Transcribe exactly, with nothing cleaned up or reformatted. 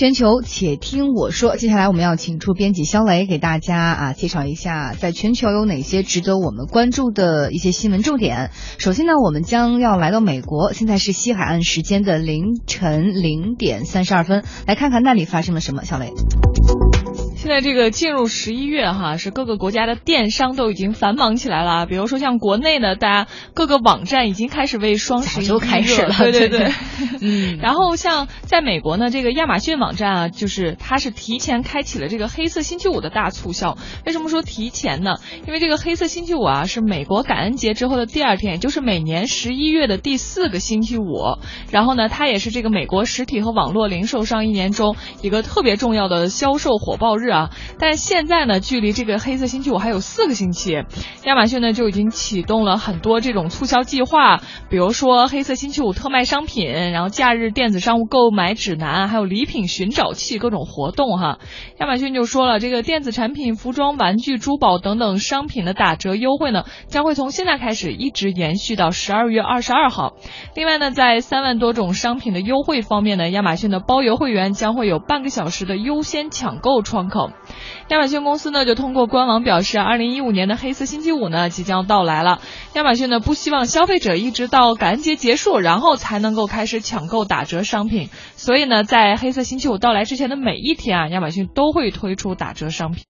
全球，且听我说。接下来我们要请出编辑肖雷给大家啊介绍一下，在全球有哪些值得我们关注的一些新闻重点。首先呢，我们将要来到美国，现在是西海岸时间的凌晨零点三十二分，来看看那里发生了什么。肖雷。 现在这个进入十一月哈，是各个国家的电商都已经繁忙起来了。比如说像国内呢，大家各个网站已经开始为双十一就开始了， 对对对， 嗯。 然后像在美国呢，这个亚马逊网站啊，就是它是提前开启了这个黑色星期五的大促销。为什么说提前呢？因为这个黑色星期五啊，是美国感恩节之后的第二天，也就是每年十一月的第四个星期五。然后呢，它也是这个美国实体和网络零售商一年中一个特别重要的销售火爆日啊。但现在呢，距离这个黑色星期五还有四个星期，亚马逊呢就已经启动了很多这种促销计划，比如说黑色星期五特卖商品，然后假日电子商务购买指南，还有礼品寻找器各种活动哈。亚马逊就说了，这个电子产品、服装、玩具、珠宝等等商品的打折优惠呢，将会从现在开始一直延续到十二月二十二号。另外呢，在三万多种商品的优惠方面呢，亚马逊的包邮会员将会有半个小时的优先抢购窗口。亚马逊公司呢就通过官网表示，二零一五年的黑色星期五呢即将到来了。亚马逊呢不希望消费者一直到感恩节结束，然后才能够开始抢购打折商品，所以呢，在黑色星期五到来之前的每一天啊，亚马逊都会推出打折商品。